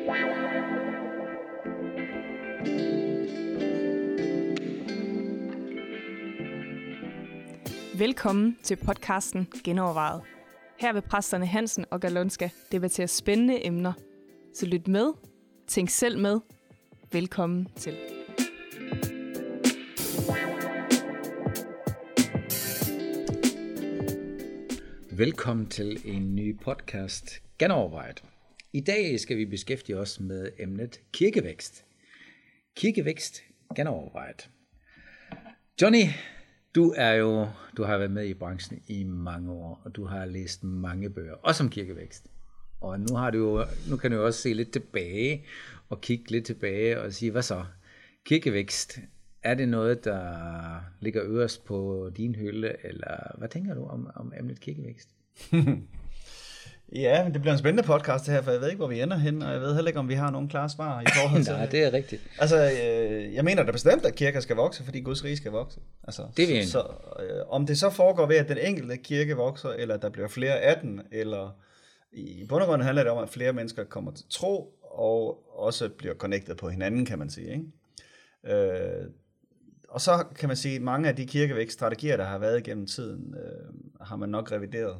Velkommen til podcasten Genovervejet. Her vil præsterne Hansen og Galonska debattere spændende emner. Så lyt med, tænk selv med. Velkommen til. Velkommen til en ny podcast, Genovervejet. I dag skal vi beskæftige os med emnet kirkevækst. Kirkevækst, genovervejet. Johnny, du har været med i branchen i mange år, og du har læst mange bøger, også om kirkevækst. Og nu kan du jo også se lidt tilbage, og kigge lidt tilbage og sige, hvad så? Kirkevækst, er det noget, der ligger øverst på din hylde, eller hvad tænker du om emnet kirkevækst? Ja, men det bliver en spændende podcast det her, for jeg ved ikke, hvor vi ender hen, og jeg ved heller ikke, om vi har nogle klare svar i forhold til Nej, det er rigtigt. Altså, jeg mener da bestemt, at kirker skal vokse, fordi Guds rige skal vokse. Altså, det vil jeg om det så foregår ved, at den enkelte kirke vokser, eller der bliver flere af den, eller i bund og grund handler det om, at flere mennesker kommer til tro, og også bliver connectet på hinanden, kan man sige, ikke? Og så kan man sige, at mange af de kirkevækststrategier, der har været igennem tiden, har man nok revideret.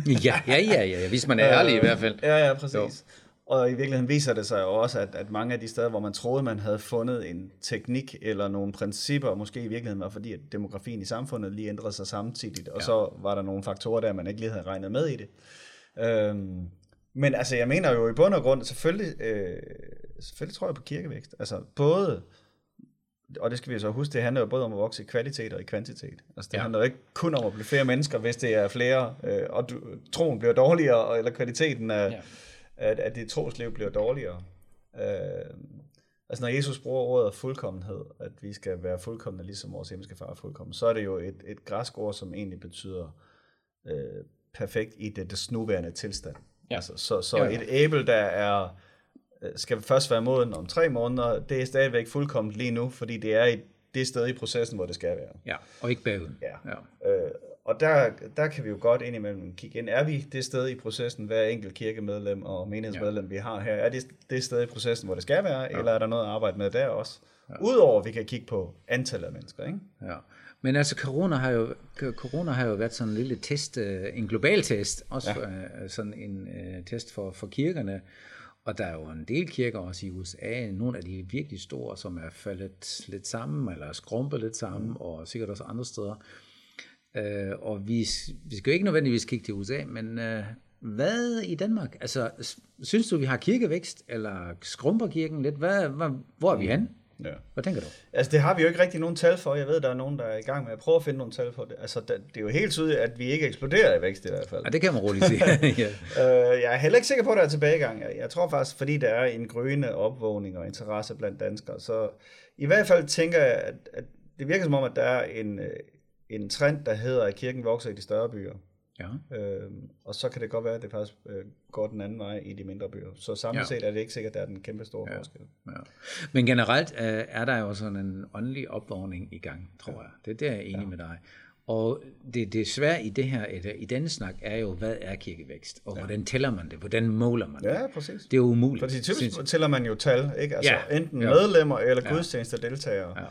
ja, hvis man er ærlig i hvert fald. Ja, præcis. Jo. Og i virkeligheden viser det sig jo også, at mange af de steder, hvor man troede, man havde fundet en teknik eller nogle principper, måske i virkeligheden var fordi, at demografien i samfundet lige ændrede sig samtidigt, og så var der nogle faktorer der, man ikke lige havde regnet med i det. Men altså, jeg mener jo i bund og grund, selvfølgelig tror jeg på kirkevækst. Altså både... Og det skal vi så huske, det handler jo både om at vokse i kvalitet og i kvantitet. Altså det handler jo ikke kun om at blive flere mennesker, hvis det er flere, og troen bliver dårligere, eller kvaliteten af det trosliv bliver dårligere. Altså når Jesus bruger ordet fuldkommenhed, at vi skal være fuldkomne, ligesom vores himmelske far er fuldkommen, så er det jo et græsk ord, som egentlig betyder perfekt i det nuværende tilstand. Ja. Altså, så et æble, der skal først være moden om 3 måneder, det er stadigvæk fuldkomment lige nu, fordi det er i det sted i processen, hvor det skal være. Ja, og ikke bagud. Ja. Og der kan vi jo godt indimellem kigge ind. Er vi det sted i processen, hver enkelt kirkemedlem og menighedsmedlem, vi har her, er det sted i processen, hvor det skal være, eller er der noget at arbejde med der også? Ja. Udover at vi kan kigge på antallet af mennesker, ikke? Ja. Men altså, corona har jo været sådan en lille test, en global test, også sådan en test for kirkerne. Og der er jo en del kirker også i USA, nogle af de virkelig store, som er faldet lidt sammen, eller skrumpet lidt sammen, og sikkert også andre steder. Og vi skal jo ikke nødvendigvis kigge til USA, men hvad i Danmark? Altså, synes du, vi har kirkevækst, eller skrumper kirken lidt? Hvor er vi henne? Ja. Hvad tænker du? Altså det har vi jo ikke rigtig nogen tal for. Jeg ved, der er nogen, der er i gang med at prøve at finde nogle tal for det. Altså det er jo helt tydeligt, at vi ikke eksploderer i vækst i hvert fald. Ja, det kan man roligt sige. Jeg er heller ikke sikker på, at der er tilbagegang. Jeg tror faktisk, fordi der er en gryende opvågning og interesse blandt danskere. Så i hvert fald tænker jeg, at det virker som om, at der er en trend, der hedder, at kirken vokser i de større byer. Ja. Og så kan det godt være, at det faktisk går den anden vej i de mindre byer. Så samlet set er det ikke sikkert, at der er den kæmpe store forskel. Ja. Men generelt er der jo sådan en åndelig opvågning i gang, tror jeg. Det er der, jeg er enig med dig. Og det svære i det her, i denne snak, er jo, hvad er kirkevækst? Og hvordan tæller man det? Hvordan måler man det? Ja, præcis. Det er jo umuligt. Fordi typisk tæller man jo tal, ikke? Altså enten medlemmer eller gudstjenestedeltagere. Ja.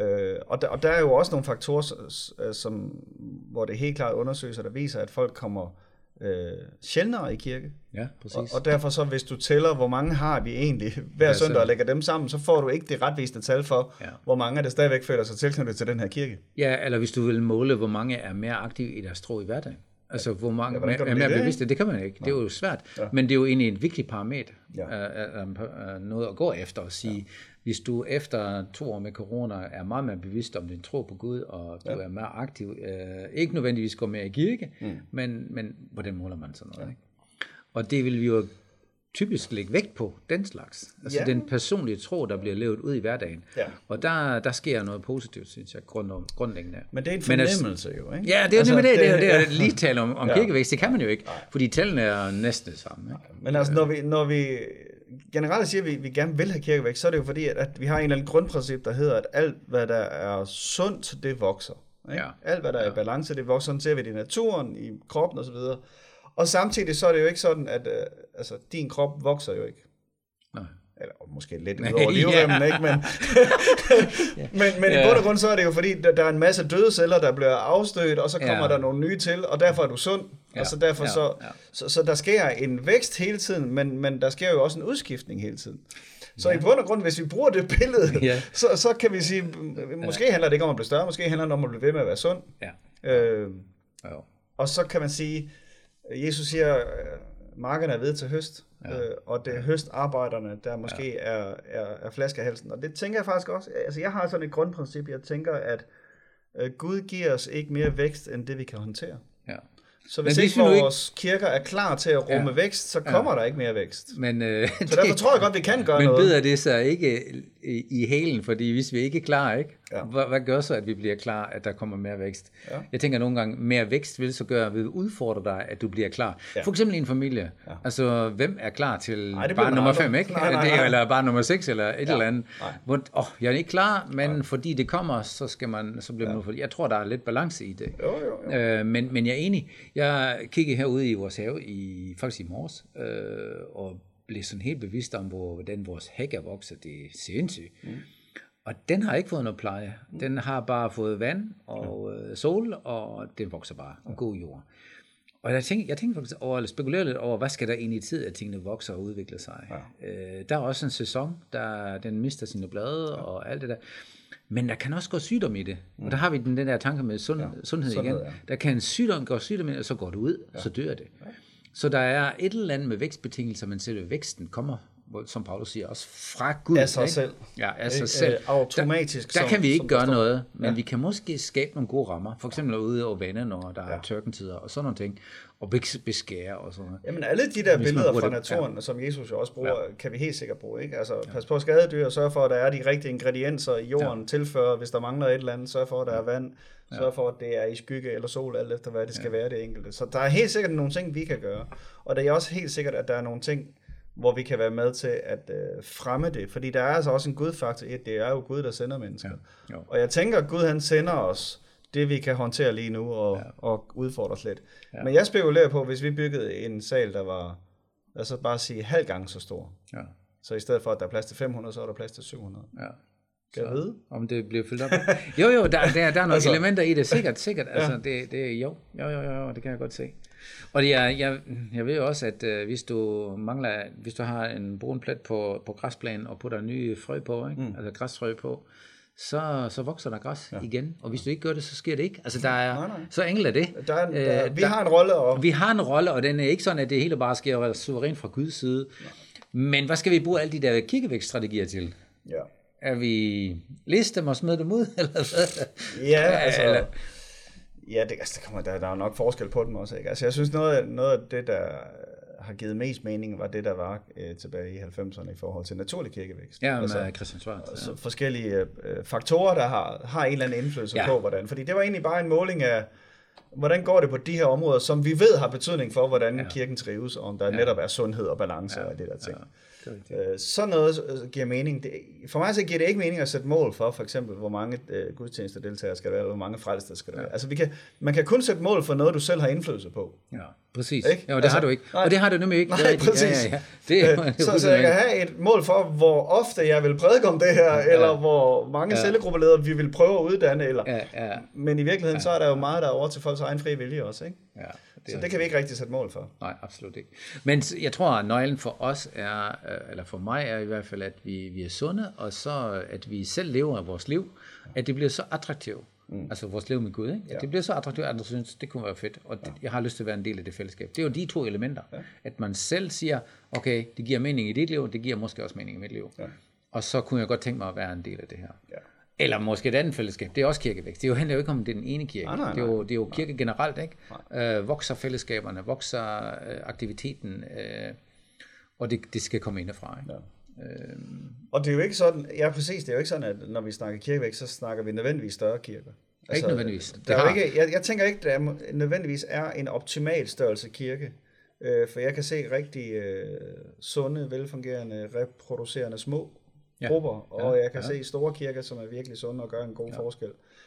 Og der er jo også nogle faktorer, hvor det helt klart undersøgelser, der viser, at folk kommer sjældnere i kirke. Ja, præcis. Og derfor så, hvis du tæller, hvor mange har vi egentlig hver søndag og lægger dem sammen, så får du ikke det retvisende tal for, hvor mange af det stadigvæk føler sig tilknyttet til den her kirke. Ja, eller hvis du vil måle, hvor mange er mere aktive i deres tro i hverdagen. Altså, hvor mange er mere bevidste. Det kan man ikke. Det er jo svært. Ja. Men det er jo egentlig en vigtig parameter. Noget at gå efter og sige, hvis du efter 2 år med corona er meget mere bevidst om din tro på Gud, og du er mere aktiv, ikke nødvendigvis går mere i kirke, men hvordan måler man sådan noget? Ikke? Og det vil vi jo typisk lægge vægt på, den slags. Altså den personlige tro, der bliver levet ud i hverdagen. Ja. Og der sker noget positivt, synes jeg, grundlæggende. Men det er en fornemmelse jo, ikke? Ja, det er jo altså, det er lige tale om kirkevækst. Det kan man jo ikke, fordi tallene er næsten det samme. Ikke? Men altså, når vi generelt siger, at vi gerne vil have kirkevækst, så er det jo fordi, at vi har en eller anden grundprincip, der hedder, at alt, hvad der er sundt, det vokser. Ikke? Ja. Alt, hvad der er i balance, det vokser. Sådan ser vi det i naturen, i kroppen osv. Og samtidig så er det jo ikke sådan, at din krop vokser jo ikke. Nej. Eller måske lidt ud over livremmen, ikke? Men i bund og grund så er det jo fordi, der er en masse døde celler, der bliver afstødt, og så kommer der nogle nye til, og derfor er du sund. Og så derfor så der sker en vækst hele tiden, men der sker jo også en udskiftning hele tiden. Så i bund og grund, hvis vi bruger det billede, så kan vi sige, måske handler det ikke om at blive større, måske handler det om at blive ved med at være sund. Og så kan man sige, Jesus siger, markerne er ved til høst, og det er høstarbejderne, der måske er flaskehalsen. Og det tænker jeg faktisk også, altså jeg har sådan et grundprincip, jeg tænker, at Gud giver os ikke mere vækst, end det vi kan håndtere. Ja. Så hvis ikke vores kirker er klar til at rumme vækst, så kommer der ikke mere vækst. Så derfor tror jeg godt, vi kan gøre noget. Men beder det så ikke i hælen, fordi hvis vi ikke er klar, ikke? Hvad gør så, at vi bliver klar, at der kommer mere vækst? Ja. Jeg tænker nogle gange, mere vækst vil så gøre, ved at udfordre dig, at du bliver klar. Ja. For eksempel i en familie. Ja. Altså, hvem er klar til barn nummer 5, ikke? Nej. Eller barn nummer 6, eller et eller andet. Hvor, jeg er ikke klar, men fordi det kommer, så bliver man udfordret. Jeg tror, der er lidt balance i det. Jo. Men jeg er enig. Jeg kiggede herude i vores have, faktisk i morges, og blev sådan helt bevidst om, hvordan vores hæk er vokset. Det er sindssygt. Og den har ikke fået noget pleje. Den har bare fået vand og sol, og den vokser bare en god jord. Og jeg tænkte faktisk over, eller spekulerer lidt over, hvad skal der egentlig i tid, at tingene vokser og udvikler sig. Ja. Der er også en sæson, den mister sine blade og alt det der. Men der kan også gå sygdom i det. Og der har vi den der tanke med sundhed igen. Ja. Der kan en sygdom gå sygdom, og så går det ud, så dør det. Ja. Så der er et eller andet med vækstbetingelser, men selve væksten kommer, som Paulus siger, også fra Gud. Af sig selv. Ja, af sig selv. Automatisk. Der kan vi ikke gøre noget, men vi kan måske skabe nogle gode rammer. For eksempel ude over vandet, når der er tørkentider og sådan nogle ting. Og beskære og sådan noget. Jamen alle de der billeder fra naturen, som Jesus jo også bruger, kan vi helt sikkert bruge. Ikke? Altså pas på skadedyr, og sørg for, at der er de rigtige ingredienser i jorden, tilføre, hvis der mangler et eller andet, sørg for, at der er vand, sørg for, at det er i skygge eller sol, alt efter hvad det skal være det enkelte. Så der er helt sikkert nogle ting, vi kan gøre. Og der er også helt sikkert, at der er nogle ting, hvor vi kan være med til at fremme det. Fordi der er altså også en Gud-faktor i, at det er jo Gud, der sender mennesker. Ja. Og jeg tænker, at Gud han sender os det, vi kan håndtere lige nu og udfordre os lidt. Ja. Men jeg spekulerer på, hvis vi byggede en sal, der var, lad os bare sige, halv gang så stor. Ja. Så i stedet for, at der er plads til 500, så er der plads til 700. Ja. Kan jeg vide? Om det bliver fyldt op? Jo, der er nogle altså, elementer i det, sikkert. Ja. Altså, jo, det kan jeg godt se. Og jeg ved jo også, at hvis du har en brun plet på græsplænen og putter nye frø på, ikke? Altså græsfrø på, så vokser der græs igen. Og hvis du ikke gør det, så sker det ikke. Altså, så enkelt er det. Vi har en rolle. Vi har en rolle, og den er ikke sådan, at det hele bare sker suverænt fra Guds side. Ja. Men hvad skal vi bruge alle de der kirkevækststrategier til? Ja. Er vi liste dem og smide dem ud? Eller hvad? Ja, altså... Ja, der er jo nok forskel på dem også, ikke? Altså, jeg synes, noget af det, der har givet mest mening, var det, der var tilbage i 90'erne i forhold til naturlig kirkevækst. Ja, altså, med Christian Schwartz. Altså, forskellige faktorer, der har en eller anden indflydelse på, hvordan. Fordi det var egentlig bare en måling af, hvordan går det på de her områder, som vi ved har betydning for, hvordan kirken trives, og om der netop er sundhed og balance og det der ting. Sådan noget giver mening. For mig så giver det ikke mening at sætte mål for eksempel, hvor mange gudstjenestedeltagere skal der være, eller hvor mange frelste skal der være. Altså man kan kun sætte mål for noget, du selv har indflydelse på. Ja, præcis. Jo, det har du ikke. Og det har du nemlig ikke. Nej, præcis. Så jeg kan have et mål for, hvor ofte jeg vil prædike om det her, eller hvor mange cellegruppeledere vi vil prøve at uddanne, eller. Men i virkeligheden så er der jo meget, der er over til folks egen frie vilje også, ikke? Ja. Så det kan vi ikke rigtig sætte mål for. Nej, absolut ikke. Men jeg tror, at nøglen for os er, eller for mig er i hvert fald, at vi er sunde, og så at vi selv lever vores liv, at det bliver så attraktivt. Altså vores liv med Gud, ikke? At det bliver så attraktivt, at andre synes, det kunne være fedt, og jeg har lyst til at være en del af det fællesskab. Det er jo de to elementer, at man selv siger, okay, det giver mening i dit liv, det giver måske også mening i mit liv. Ja. Og så kunne jeg godt tænke mig at være en del af det her. Ja. Eller måske et andet fællesskab. Det er også kirkevækst. Det handler jo ikke om den ene kirke. Nej. Det er jo kirke generelt, ikke? Vokser fællesskaberne, vokser aktiviteten, og det skal komme indefra, ikke? Ja. Og det er jo ikke sådan, præcis, det er jo ikke sådan, at når vi snakker kirkevækst, så snakker vi nødvendigvis større kirker. Altså, ikke nødvendigvis. Jeg tænker ikke, at der nødvendigvis er en optimal størrelse kirke. For jeg kan se rigtig sunde, velfungerende, reproducerende små grupper, og jeg kan se store kirker, som er virkelig sunde og gør en god forskel.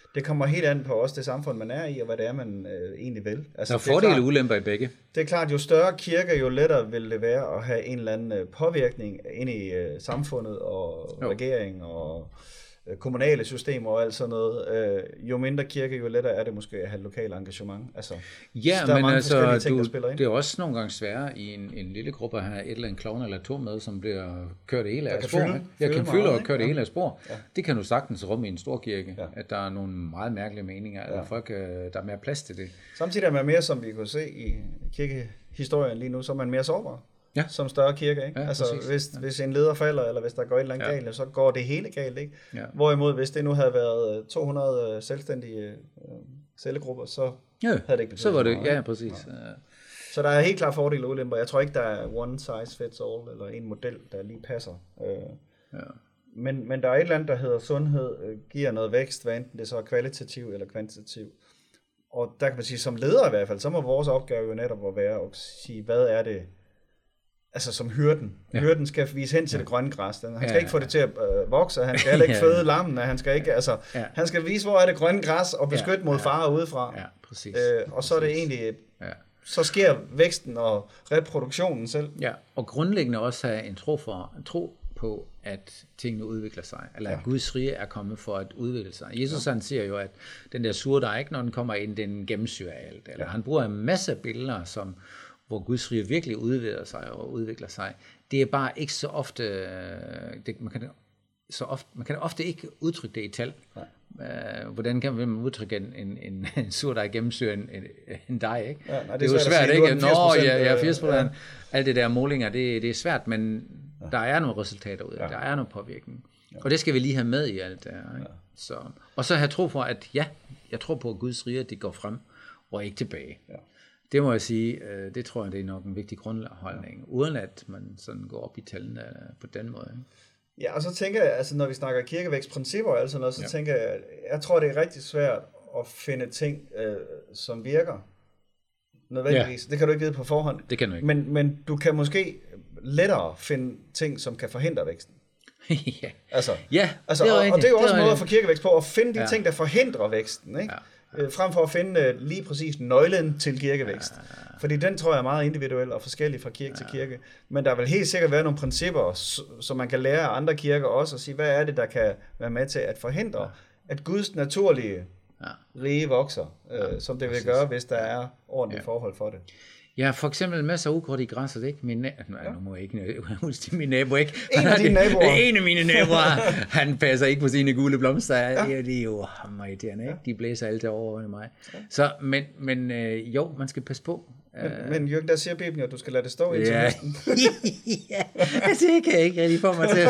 det kommer helt an på også det samfund, man er i, og hvad det er, man egentlig vil. Altså, der er fordele og ulemper i begge. Det er klart, jo større kirke, jo lettere vil det være at have en eller anden påvirkning ind i samfundet og regering og kommunale systemer og alt sådan noget. Jo mindre kirke, jo lettere er det måske at have lokal engagement. Altså, ja, der er men mange altså, forskellige ting, der spiller ind. det er også nogle gange sværere i en lille gruppe at have et eller andet klovn eller to med, som bliver kørt det hele af spor. Jeg kan fylde og køre det hele af spor. Ja. Det kan du sagtens rumme i en stor kirke, at der er nogle meget mærkelige meninger, eller folk, der er mere plads til det. Samtidig er man mere, som vi kunne se i kirkehistorien lige nu, så er man mere sårbar. Ja. Som større kirke, ikke? Ja, altså hvis en leder falder, eller hvis der går et eller andet galt, så går det hele galt, ikke? Ja. Hvorimod hvis det nu havde været 200 selvstændige cellegrupper, så havde det ikke betydet så var det, præcis. Ja. Så der er helt klart fordele og ulemper. Jeg tror ikke, der er one size fits all, eller en model, der lige passer. Men der er et eller andet, der hedder sundhed, giver noget vækst, hvad enten det så er kvalitativ eller kvantitativ. Og der kan man sige, som leder i hvert fald, så må vores opgave jo netop at være at sige, hvad er det, altså som hyrden. Ja. Hyrden skal vise hen til det grønne græs. Han skal ikke få det til at vokse, han skal heller ikke føde lammene, han skal ikke, altså, han skal vise, hvor er det grønne græs, og beskytte mod farer udefra. Ja, præcis. Og så er det egentlig, så sker væksten og reproduktionen selv. Ja, og grundlæggende også have en tro på, at tingene udvikler sig, eller at Guds rige er kommet for at udvikle sig. Jesus han siger jo, at den der surdej, når den kommer ind, den gennemsyrer alt. Eller han bruger en masse billeder, hvor Guds rige virkelig udvider sig og udvikler sig. Det er bare ikke så ofte, man kan ofte ikke udtrykke det i tal. Hvordan kan man udtrykke en surdej gennemsyre en dej, ikke? Ja, det er jo svært, ikke? 80%. Alt det der målinger, det er svært, men der er nogle resultater ud af det. Der er noget påvirkning. Og det skal vi lige have med i alt det her, ikke? Og så have tro på, at jeg tror på, at Guds rige, det går frem og ikke tilbage. Ja. Det må jeg sige, det tror jeg, det er nok en vigtig grundholdning, uden at man sådan går op i tallene på den måde. Ikke? Ja, og så tænker jeg, altså når vi snakker kirkevækstprincipper og alt sådan noget, så tænker jeg tror, det er rigtig svært at finde ting, som virker nødvendigvis. Det kan du ikke vide på forhånd. Det kan du ikke. Men du kan måske lettere finde ting, som kan forhindre væksten. Altså, det er og det er jo også en måde at få kirkevækst på, at finde de ting, der forhindrer væksten, ikke? Frem for at finde lige præcis nøglen til kirkevækst. Fordi den tror jeg er meget individuel og forskellig fra kirke til kirke. Men der vil helt sikkert være nogle principper, som man kan lære af andre kirker også, og sige, hvad er det, der kan være med til at forhindre, at Guds naturlige rige vokser, som det vil gøre, hvis der er ordentlige forhold for det. Ja, for eksempel en masse ukrudt i græsset, ikke? Nu må jeg ikke udstille min nabo, ikke? En af dine naboer. En af mine naboer, han passer ikke på sine gule blomster. Det er jo hammeriterende, ikke? De blæser altid over mig. Så, men jo, man skal passe på. Men Jørgen, der siger Bibelen, at du skal lade det stå indtil næsten. Det kan jeg ikke rigtig få mig til.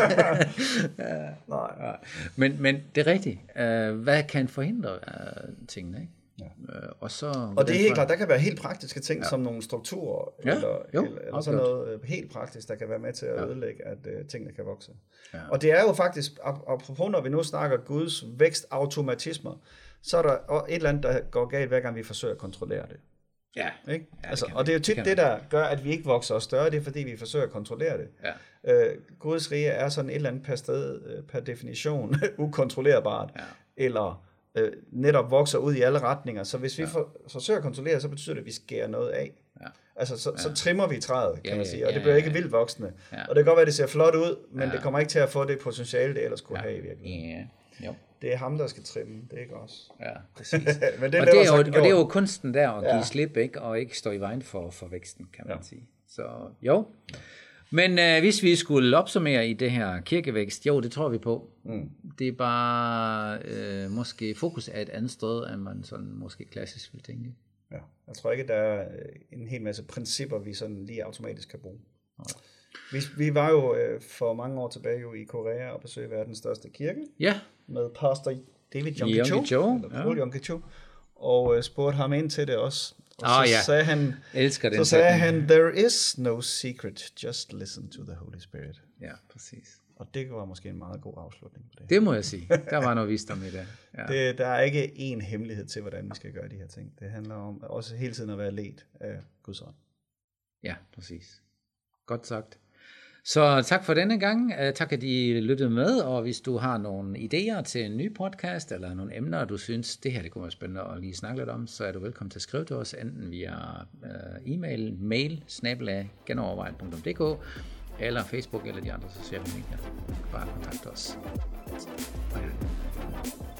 Nej. Men det er rigtigt. Hvad kan forhindre tingene, ikke? Og det er helt klart, der kan være helt praktiske ting, som nogle strukturer, eller sådan noget helt praktisk, der kan være med til at ødelægge, at tingene kan vokse. Ja. Og det er jo faktisk, apropos når vi nu snakker Guds vækstautomatismer, så er der et eller andet, der går galt, hver gang vi forsøger at kontrollere det. Ja. Ikke? Og det er jo tit det, der gør, at vi ikke vokser os større, det er fordi, vi forsøger at kontrollere det. Ja. Guds rige er sådan et eller andet per sted, per definition, ukontrollerbart, eller netop vokser ud i alle retninger. Så hvis vi forsøger at kontrollere, så betyder det, at vi skærer noget af. Ja. Altså, så trimmer vi træet, kan man sige, og det bliver ikke vildt voksende. Ja. Og det kan godt være, at det ser flot ud, men det kommer ikke til at få det potentiale, det ellers kunne have i virkeligheden. Ja. Jo. Det er ham, der skal trimme, det er ikke os. Ja, præcis. Men og det er jo kunsten der, at give slip, ikke? Og ikke stå i vejen for væksten, kan man sige. Så jo. Men hvis vi skulle opsummere i det her kirkevækst, jo, det tror vi på. Det er bare måske fokus er et andet sted, end man sådan måske klassisk vil tænke. Ja, jeg tror ikke, der er en hel masse principper, vi sådan lige automatisk kan bruge. Vi var jo for mange år tilbage jo i Korea og besøgte verdens største kirke. Ja. Med pastor David Yonggi Cho, eller Paul Yonggi Cho, og spurgte ham ind til det også. Og så sagde han, there is no secret, just listen to the Holy Spirit. Ja, præcis. Og det var måske en meget god afslutning på det. Det må jeg sige. Der var noget visdom i det. Ja. Der er ikke én hemmelighed til, hvordan vi skal gøre de her ting. Det handler om også hele tiden at være ledt af Guds ånd. Ja, præcis. Godt sagt. Så tak for denne gang. Tak, at I lyttede med, og hvis du har nogle idéer til en ny podcast, eller nogle emner, du synes, det her det kunne være spændende at lige snakke lidt om, så er du velkommen til at skrive til os, enten via e-mail, mail@genovervejet.dk, eller Facebook, eller de andre sociale medier. Bare kontakt os. Hej.